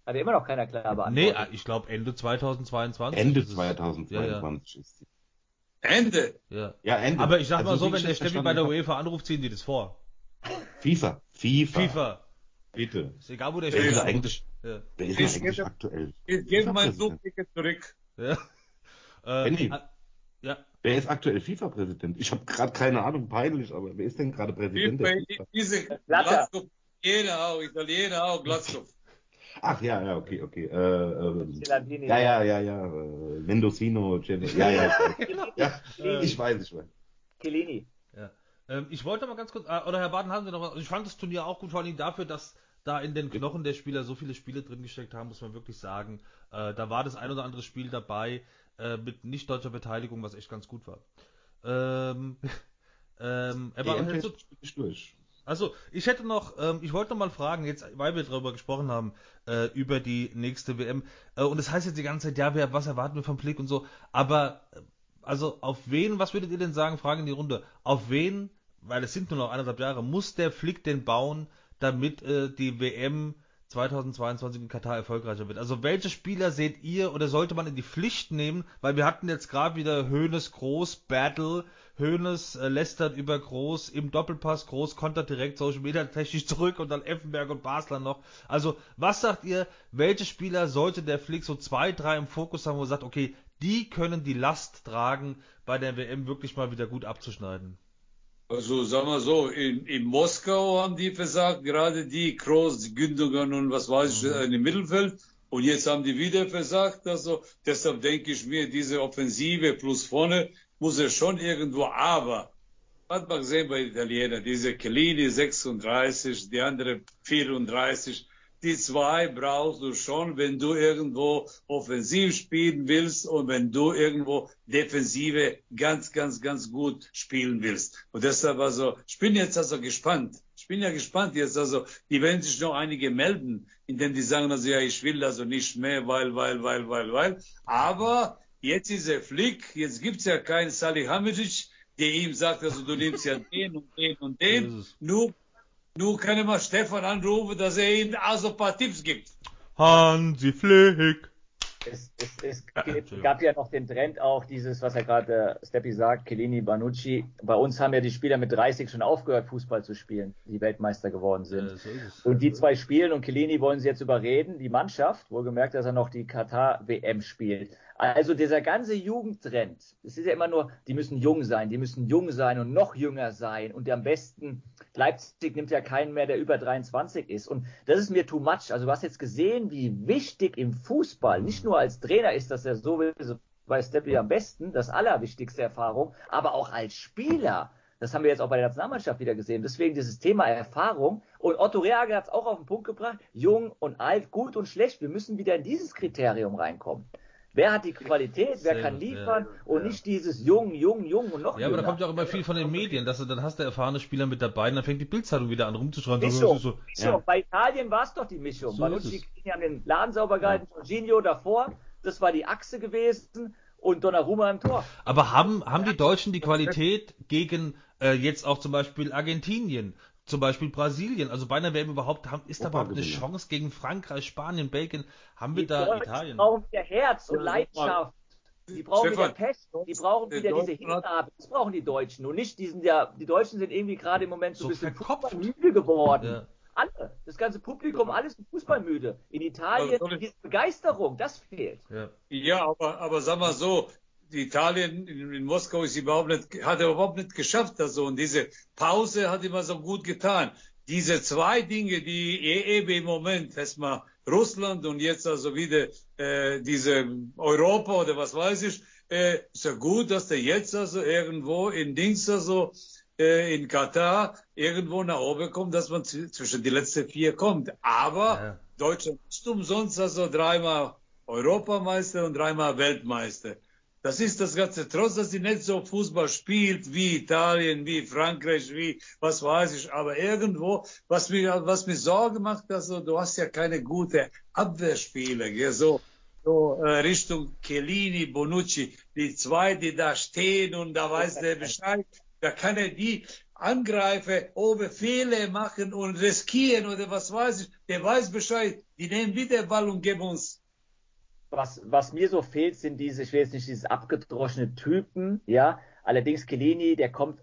Hat ja immer noch keiner klar Nee, beantwortet. ich glaube Ende 2022. Ende ist es. 2022 ist sie. Ende. Ja. Ja, Ende. Aber ich sag Also, mal so, wie wenn ich der das Steffi verstanden bei der habe- UEFA anruft, ziehen die das vor. FIFA. Bitte. Ist egal, wo der Wer ist Steffi denn anruft. eigentlich, Ja. wer ist denn Ich eigentlich gebe- aktuell? Ich gebe mein FIFA-Präsident? Duplicate zurück. Ja. Benny, Ja. wer ist aktuell FIFA-Präsident? Ich habe gerade keine Ahnung, peinlich, aber wer ist denn gerade Präsident der FIFA? Diese Blatter. Glatzkopf, Italiener auch, Glatzkopf. Ach ja, okay. Landini. Ja. Mendocino, ja. Ja, ich weiß. Chiellini. Ja. Ich wollte mal ganz kurz, oder Herr Baden, haben Sie noch was? Also ich fand das Turnier auch gut, vor allem dafür, dass da in den Knochen der Spieler so viele Spiele drin gesteckt haben, muss man wirklich sagen. Da war das ein oder andere Spiel dabei mit nicht deutscher Beteiligung, was echt ganz gut war. EM-Test bin ich durch. Also, ich hätte noch, ich wollte noch mal fragen, jetzt, weil wir darüber gesprochen haben, über die nächste WM, und es heißt jetzt die ganze Zeit, ja, was erwarten wir vom Flick und so, aber, also, auf wen, was würdet ihr denn sagen, Frage in die Runde, auf wen, weil es sind nur noch 1,5 Jahre, muss der Flick denn bauen, damit die WM 2022 in Katar erfolgreicher wird? Also, welche Spieler seht ihr oder sollte man in die Pflicht nehmen, weil wir hatten jetzt gerade wieder Hoeneß Groß Battle, Hoeneß lästert über Groß im Doppelpass, Groß kontert direkt Social Media technisch zurück und dann Effenberg und Basler noch. Also, was sagt ihr, welche Spieler sollte der Flick so 2, 3 im Fokus haben, wo er sagt, okay, die können die Last tragen, bei der WM wirklich mal wieder gut abzuschneiden? Also sagen wir so, in Moskau haben die versagt, gerade die Kroos, die Gündogan und was weiß ich, im Mittelfeld. Und jetzt haben die wieder versagt. Also deshalb denke ich mir, diese Offensive plus vorne muss er schon irgendwo, aber hat man gesehen bei den Italienern, diese Chiellini 36, die andere 34, die zwei brauchst du schon, wenn du irgendwo offensiv spielen willst und wenn du irgendwo Defensive ganz gut spielen willst. Und deshalb also, ich bin jetzt also gespannt. Ich bin ja gespannt jetzt, also, die werden sich noch einige melden, indem die sagen, also, ja, ich will also nicht mehr, weil. Aber jetzt ist er Flick, jetzt gibt's ja keinen Salihamidzic, der ihm sagt, also du nimmst ja den und den und den. Nur kann ich mal Stefan anrufen, dass er ihm also ein paar Tipps gibt. Hansi Flick. Es gab ja noch den Trend auch, dieses, was ja gerade Steppi sagt, Chiellini, Bonucci. Bei uns haben ja die Spieler mit 30 schon aufgehört, Fußball zu spielen, die Weltmeister geworden sind. So ist es. Und die zwei spielen und Chiellini wollen sie jetzt überreden, die Mannschaft, wohlgemerkt, dass er noch die Katar-WM spielt. Also dieser ganze Jugendtrend, es ist ja immer nur, die müssen jung sein und noch jünger sein und am besten, Leipzig nimmt ja keinen mehr, der über 23 ist und das ist mir too much. Also du hast jetzt gesehen, wie wichtig im Fußball, nicht nur als Trainer ist das ja so, weiß Steppi am besten, das allerwichtigste Erfahrung, aber auch als Spieler. Das haben wir jetzt auch bei der Nationalmannschaft wieder gesehen. Deswegen dieses Thema Erfahrung. Und Otto Rehhagel hat es auch auf den Punkt gebracht. Jung und alt, gut und schlecht. Wir müssen wieder in dieses Kriterium reinkommen. Wer hat die Qualität, wer kann liefern und nicht dieses jung und noch Ja, aber da jünger. kommt ja auch immer viel von den Medien, dass du dann hast, der erfahrene Spieler mit dabei und dann fängt die Bildzeitung wieder an rumzuschreiben. Mischung. Ja. Bei Italien war es doch die Mischung. So Bonucci ist es. haben den Laden sauber gehalten, Jorginho davor, das war die Achse gewesen und Donnarumma im Tor. Aber haben die Deutschen die Qualität gegen jetzt auch zum Beispiel Argentinien, zum Beispiel Brasilien, also bei einer WM überhaupt, ist da überhaupt eine Gewinner. Chance gegen Frankreich, Spanien, Belgien? Haben wir Die da Deutschen Italien? brauchen wieder Herz und Leidenschaft. Die brauchen wieder Stefan, Pech, die brauchen wieder diese Deutschland hat- Hingabe. Das brauchen die Deutschen. Und nicht die Deutschen sind irgendwie gerade im Moment so So ein bisschen verkopft. fußballmüde geworden. Ja. Alle, das ganze Publikum, alles fußballmüde. In Italien, diese Begeisterung, das fehlt. Ja. Ja, aber sag mal so, Italien in Moskau hat er überhaupt nicht geschafft, also, und diese Pause hat ihm so gut getan. Diese zwei Dinge, die eben im Moment, erstmal Russland und jetzt also wieder diese Europa oder was weiß ich, ist ja gut, dass der jetzt also irgendwo in in Katar irgendwo nach oben kommt, dass man zwischen die letzten 4 kommt. Aber Deutschland ist umsonst also 3-mal Europameister und 3-mal Weltmeister. Das ist das Ganze, trotz dass sie nicht so Fußball spielt wie Italien, wie Frankreich, wie was weiß ich. Aber irgendwo, was mir Sorge macht, also du hast ja keine gute Abwehrspieler, gell? So Richtung Chiellini, Bonucci, die zwei, die da stehen und da weiß der Bescheid. Da kann er die angreifen, oben Fehler machen und riskieren oder was weiß ich. Der weiß Bescheid. Die nehmen wieder den Ball und geben uns. Was mir so fehlt, sind diese, ich will jetzt nicht dieses abgedroschene Typen, ja. Allerdings Chiellini, der kommt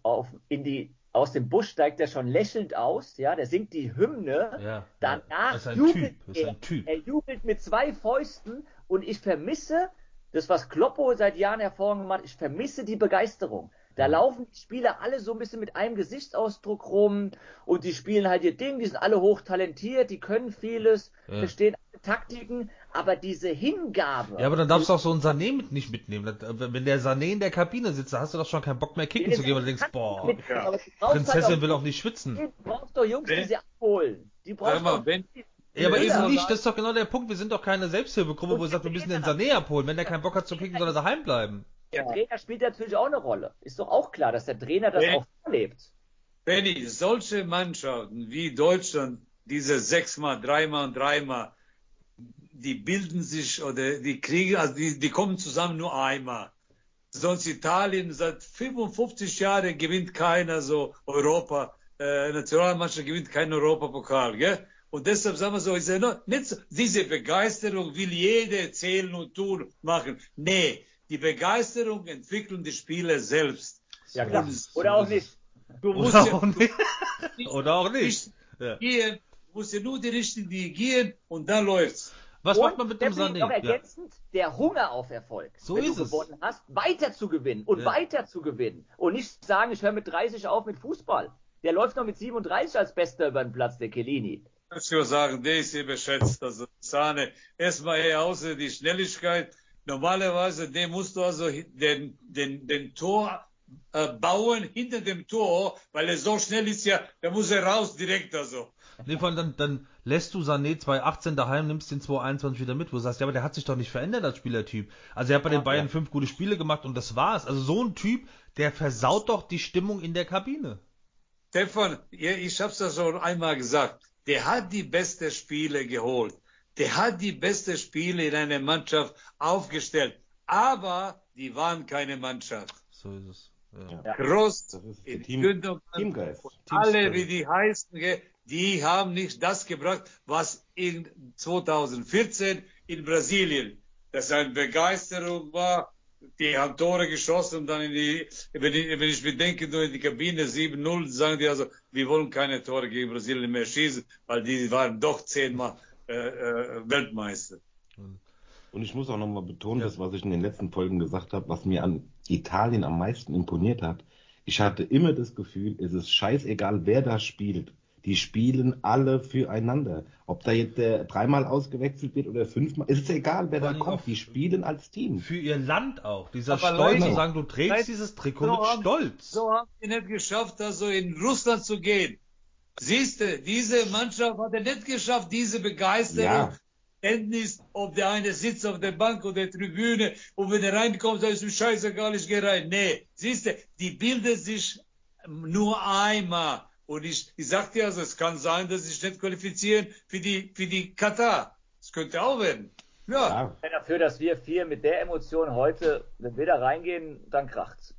aus dem Busch, steigt er schon lächelnd aus, ja. Der singt die Hymne. Ja, Danach ist ein jubelt Typ, ist ein Typ. Er jubelt mit 2 Fäusten und ich vermisse das, was Kloppo seit Jahren hervorgemacht hat. Ich vermisse die Begeisterung. Da laufen die Spieler alle so ein bisschen mit einem Gesichtsausdruck rum und die spielen halt ihr Ding, die sind alle hochtalentiert, die können vieles, verstehen alle Taktiken, aber diese Hingabe. Ja, aber dann darfst du auch so einen Sané nicht mitnehmen. Wenn der Sané in der Kabine sitzt, da hast du doch schon keinen Bock mehr kicken zu gehen, weil du denkst, boah, Prinzessin will auch nicht schwitzen. Du brauchst doch Jungs, die sie abholen. Die brauchst doch. Ja, aber eben nicht, das ist doch genau der Punkt. Wir sind doch keine Selbsthilfegruppe, wo ihr sagt, wir müssen den Sané abholen. Wenn der keinen Bock hat zu kicken, soll er daheim bleiben. Der Trainer spielt natürlich auch eine Rolle. Ist doch auch klar, dass der Trainer das auch vorlebt. Benny, solche Mannschaften wie Deutschland, diese 6-mal, 3-mal und 3-mal, die bilden sich oder die kriegen, also die kommen zusammen nur einmal. Sonst Italien seit 55 Jahren gewinnt keiner so Europa, Nationalmannschaft gewinnt keinen Europapokal, gell? Und deshalb sagen wir so, ist ja noch nicht so, diese Begeisterung will jeder erzählen und tun, machen. Nee, die Begeisterung entwickeln die Spieler selbst. Ja, klar. Oder auch nicht. Du musst Oder ja auch nicht. Oder auch nicht. Gehen, du musst ja nur die richtigen gehen und dann läuft's. Was macht man mit dem Sané? Noch ergänzend, der Hunger auf Erfolg. So wenn ist du es. gewonnen hast, weiter zu gewinnen und weiter zu gewinnen. Und nicht sagen, ich höre mit 30 auf mit Fußball. Der läuft noch mit 37 als Bester über den Platz, der Chiellini. Ich würde sagen, der ist überschätzt. Also Sahne, erstmal außer die Schnelligkeit. Normalerweise, den musst du also den Tor bauen hinter dem Tor, weil er so schnell ist ja, da muss er raus direkt also. Nee, vor allem dann lässt du Sané 2018 daheim, nimmst den 2021 wieder mit, wo du sagst, ja, aber der hat sich doch nicht verändert als Spielertyp. Also er hat bei den Bayern 5 gute Spiele gemacht und das war's. Also so ein Typ, der versaut doch die Stimmung in der Kabine. Stefan, ich hab's ja schon einmal gesagt, der hat die besten Spiele geholt. Der hat die besten Spiele in einer Mannschaft aufgestellt. Aber die waren keine Mannschaft. So ist es. Ja. Groß, Teamgeist. alle wie die heißen, die haben nicht das gebracht, was in 2014 in Brasilien, das eine Begeisterung war. Die haben Tore geschossen und dann wenn ich bedenke, nur in die Kabine 7-0, sagen die also, wir wollen keine Tore gegen Brasilien mehr schießen, weil die waren doch 10-mal Weltmeister. Und ich muss auch nochmal betonen, das, was ich in den letzten Folgen gesagt habe, was mir an Italien am meisten imponiert hat. Ich hatte immer das Gefühl, es ist scheißegal, wer da spielt. Die spielen alle füreinander. Ob da jetzt der 3-mal ausgewechselt wird oder 5-mal, ist egal, wer da kommt. Die spielen als Team. Für ihr Land auch. Dieser Aber Stolz Leute, zu sagen, du trägst dieses Trikot mit Stolz. So haben die nicht geschafft, also in Russland zu gehen. Siehst du, diese Mannschaft hat er nicht geschafft, diese Begeisterung. Kenntnis, ob der eine sitzt auf der Bank oder der Tribüne und wenn er reinkommt, sagt ist mir scheißegal, ich gehe rein. Nee, siehst du, die bilden sich nur einmal. Und ich sagte ja, also, es kann sein, dass sie sich nicht qualifizieren für die Katar. Das könnte auch werden. Ja. Ich bin dafür, dass wir 4 mit der Emotion heute, wenn wir da reingehen, dann kracht's.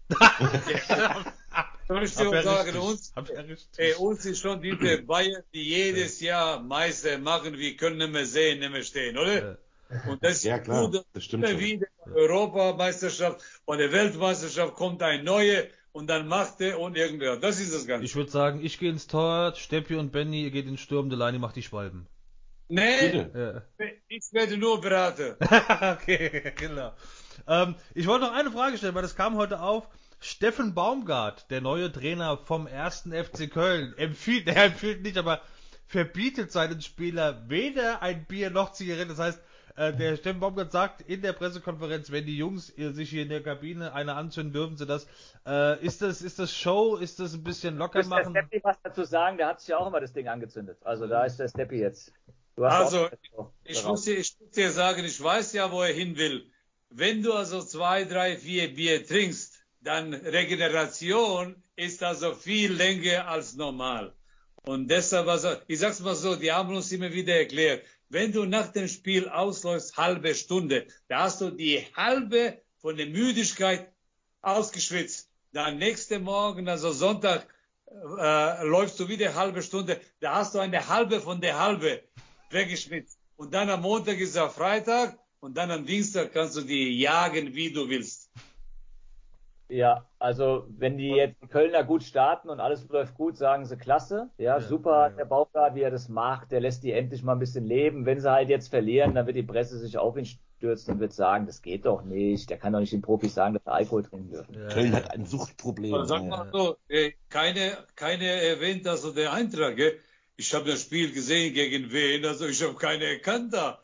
Soll ich dir auch sagen, uns ist schon diese Bayern, die jedes Jahr Meister machen, wir können nicht mehr sehen, nicht mehr stehen, oder? Und das ist gut, das stimmt immer wieder Europameisterschaft und der Weltmeisterschaft kommt ein neuer und dann macht er und irgendwer. Das ist das Ganze. Ich würde sagen, ich gehe ins Tor, Steppi und Benny, ihr geht in den Sturm, Delaney macht die Schwalben. Nee, ich werde nur beraten. Okay, genau. Ich wollte noch eine Frage stellen, weil das kam heute auf. Steffen Baumgart, der neue Trainer vom 1. FC Köln, empfiehlt nicht, aber verbietet seinen Spieler weder ein Bier noch Zigaretten. Das heißt, der Steffen Baumgart sagt in der Pressekonferenz, wenn die Jungs sich hier in der Kabine eine anzünden, dürfen sie das. Ist das Show? Ist das ein bisschen locker machen? Der Steppi was dazu sagen, der hat sich ja auch immer das Ding angezündet. Also da ist der Steppi jetzt. Also, ich muss dir sagen, ich weiß ja, wo er hin will. Wenn du also 2, 3, 4 Bier trinkst, dann Regeneration ist also viel länger als normal. Und deshalb, also, ich sag's mal so, die haben uns immer wieder erklärt, wenn du nach dem Spiel ausläufst, halbe Stunde, da hast du die halbe von der Müdigkeit ausgeschwitzt. Dann nächste Morgen, also Sonntag, läufst du wieder eine halbe Stunde. Da hast du eine halbe von der halbe weggeschnitzt. Und dann am Montag ist er Freitag und dann am Dienstag kannst du die jagen, wie du willst. Ja, also wenn die jetzt die Kölner gut starten und alles läuft gut, sagen sie klasse. Ja, super, der Baumgart, wie er das macht, der lässt die endlich mal ein bisschen leben. Wenn sie halt jetzt verlieren, dann wird die Presse sich auf ihn stürzen und wird sagen, das geht doch nicht. Der kann doch nicht den Profis sagen, dass sie Alkohol trinken dürfen. Köln hat ein Suchtproblem. Also sag mal so, keine erwähnt, also der Eintrag, gell? Ich habe das Spiel gesehen gegen wen, also ich habe keine erkannt da.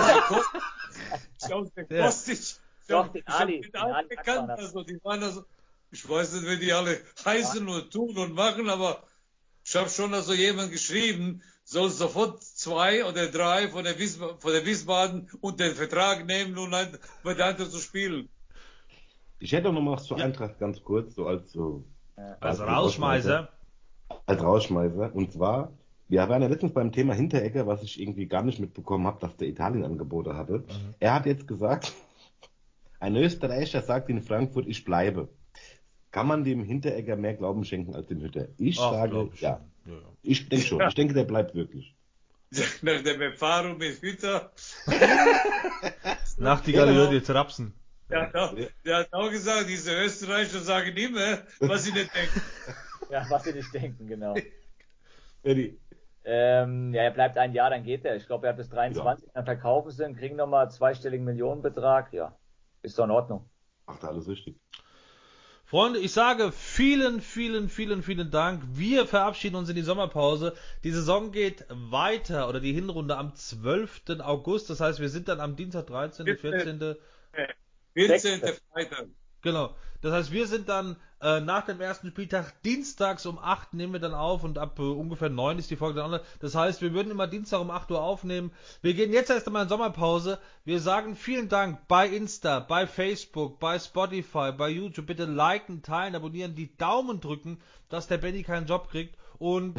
Also der Kostic, Doch, den Ali. Ich habe den gekannt, also die waren also, ich weiß nicht, wie die alle heißen und tun und machen, aber ich habe schon also jemand geschrieben, soll sofort 2 oder 3 von der Wiesbaden und den Vertrag nehmen und dann weiter zu spielen. Ich hätte noch mal was zur Eintracht ganz kurz, als Rausschmeißer. Als Rausschmeißer. Und zwar, wir waren ja letztens beim Thema Hinteregger, was ich irgendwie gar nicht mitbekommen habe, dass der Italien-Angebote hatte. Er hat jetzt gesagt, ein Österreicher sagt in Frankfurt, ich bleibe. Kann man dem Hinteregger mehr Glauben schenken als dem Hütter? Ich sage, ja. Ich denke schon. Ich denke, der bleibt wirklich. Nach der Erfahrung mit Hütter. Nachtigall hört jetzt Rapsen. Der hat auch gesagt, diese Österreicher sagen immer, was sie nicht denken. Ja, was sie nicht denken, genau. Eddie. Er bleibt ein Jahr, dann geht er. Ich glaube, er hat bis 23, dann verkaufen sie ihn, kriegen nochmal zweistelligen Millionenbetrag. Ja, ist doch in Ordnung. Macht alles richtig. Freunde, ich sage vielen Dank. Wir verabschieden uns in die Sommerpause. Die Saison geht weiter, oder die Hinrunde am 12. August. Das heißt, wir sind dann am Dienstag 13., 14. 14. Freitag. Genau. Das heißt, wir sind dann nach dem ersten Spieltag dienstags um 8 nehmen wir dann auf und ab ungefähr 9 ist die Folge dann online. Das heißt, wir würden immer Dienstag um 8 Uhr aufnehmen. Wir gehen jetzt erst einmal in Sommerpause. Wir sagen vielen Dank bei Insta, bei Facebook, bei Spotify, bei YouTube. Bitte liken, teilen, abonnieren, die Daumen drücken, dass der Benny keinen Job kriegt. Und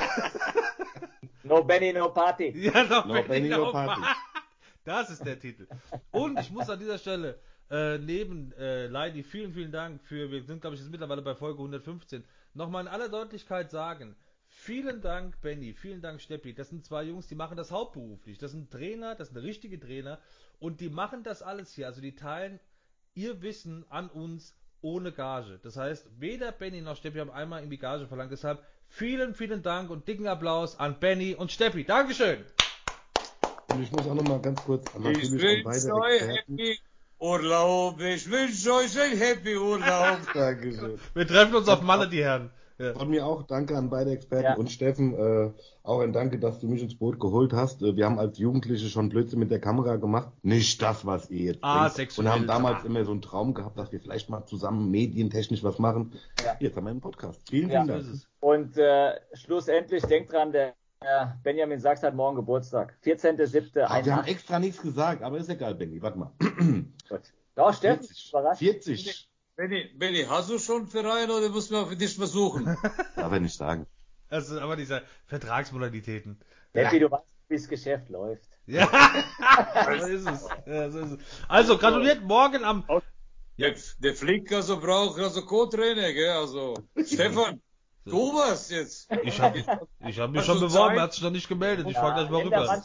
No Benny, no Party. ja, No Benny, no Party. Das ist der Titel. Und ich muss an dieser Stelle neben Leidi, vielen Dank wir sind glaube ich jetzt mittlerweile bei Folge 115, nochmal in aller Deutlichkeit sagen, vielen Dank Benny, vielen Dank Steppi, das sind zwei Jungs, die machen das hauptberuflich, das sind Trainer, das sind richtige Trainer und die machen das alles hier, also die teilen ihr Wissen an uns ohne Gage, das heißt, weder Benny noch Steppi haben einmal irgendwie Gage verlangt, deshalb vielen Dank und dicken Applaus an Benny und Steppi, Dankeschön! Und ich muss auch noch mal ganz kurz Ich wünsche euch Happy Urlaub. Ich wünsche euch ein Happy Urlaub. Dankeschön. Wir treffen uns auf Malle, die Herren. Ja. Von mir auch danke an beide Experten und Steffen, auch ein Danke, dass du mich ins Boot geholt hast. Wir haben als Jugendliche schon Blödsinn mit der Kamera gemacht. Nicht das, was ihr jetzt denkt. Sexuell. Und haben damals immer so einen Traum gehabt, dass wir vielleicht mal zusammen medientechnisch was machen. Ja. Jetzt haben wir einen Podcast. Vielen Dank. Und schlussendlich, denkt dran, der Benjamin Sachs hat morgen Geburtstag. 14.07. Wir haben extra nichts gesagt, aber ist egal, Benny. Warte mal. Gut. Doch, Steffen, 40. Benny, hast du schon einen Verein oder musst du für dich versuchen? Darf er nicht sagen. Das sind aber diese Vertragsmodalitäten. Steffi, du weißt, wie das Geschäft läuft. Ja, so ist es. Ja, so ist es. Also, gratuliert morgen am... Der Flick also braucht also Co-Trainer, gell? Also, Stefan, du warst jetzt. Ich hab mich schon beworben, er hat sich noch nicht gemeldet. Ich frage gleich mal rüber.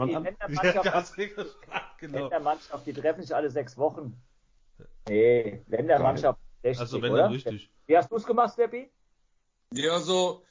Genau. Ländermannschaft, die treffen sich alle 6 Wochen. Nee, Ländermannschaft 60, also wenn oder? dann richtig. Wie hast du es gemacht, Steppi? Ja, also,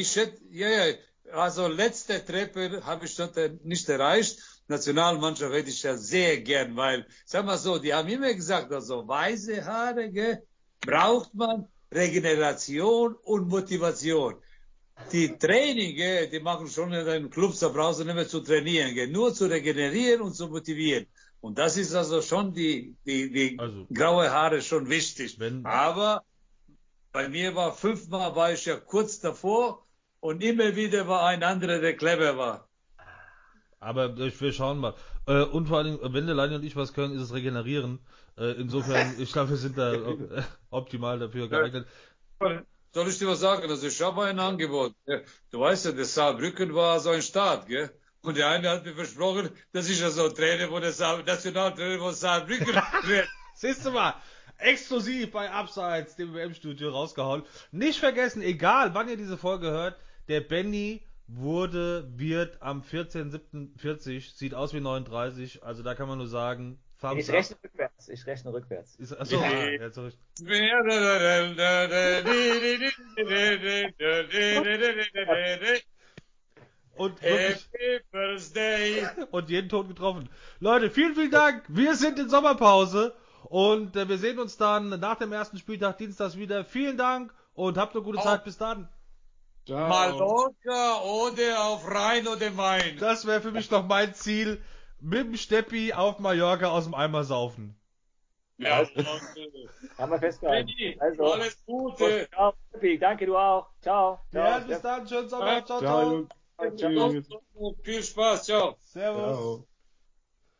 also letzte Treppe habe ich dort nicht erreicht. Nationalmannschaft hätte ich ja sehr gern, weil, sag mal so, die haben immer gesagt, also weiße Haare, gell, braucht man Regeneration und Motivation. Die Training, die machen schon in den Clubs, da brauchst du nicht mehr zu trainieren, gell, nur zu regenerieren und zu motivieren. Und das ist also schon die graue Haare schon wichtig. Aber bei mir war 5-mal war ich ja kurz davor und immer wieder war ein anderer, der clever war. Aber wir schauen mal. Und vor allem, wenn der Leini und ich was können, ist es regenerieren. Insofern, ich glaube, wir sind da optimal dafür geeignet. Soll ich dir was sagen? Also ich habe ein Angebot. Du weißt ja, der Saarbrücken war so ein Staat, gell? Und der eine hat mir versprochen, dass ich ja so Trainer von der Nationaltrainer von Saarbrücken werde. Siehst du mal, exklusiv bei Abseits, dem WM-Studio, rausgehauen. Nicht vergessen, egal wann ihr diese Folge hört, der Benny wird am 14.07.40, sieht aus wie 39, also da kann man nur sagen, Thumbs Ich rechne rückwärts. Achso, jetzt zurück. Und wirklich, und jeden Ton getroffen. Leute, vielen, vielen Dank. Wir sind in Sommerpause und wir sehen uns dann nach dem ersten Spieltag Dienstags wieder. Vielen Dank und habt eine gute Zeit. Bis dann. Ciao. Mallorca oder auf Rhein oder Main. Das wäre für mich noch mein Ziel. Mit dem Steppi auf Mallorca aus dem Eimer saufen. Ja, Haben wir festgehalten. Also, alles Gute. ciao, Steppi. Danke, du auch. Ciao. Ja, Ciao, bis dann. Schönen Sommer. Ciao, Ciao. ciao. Tschüss. Viel Spaß, ciao. Servus. Ciao.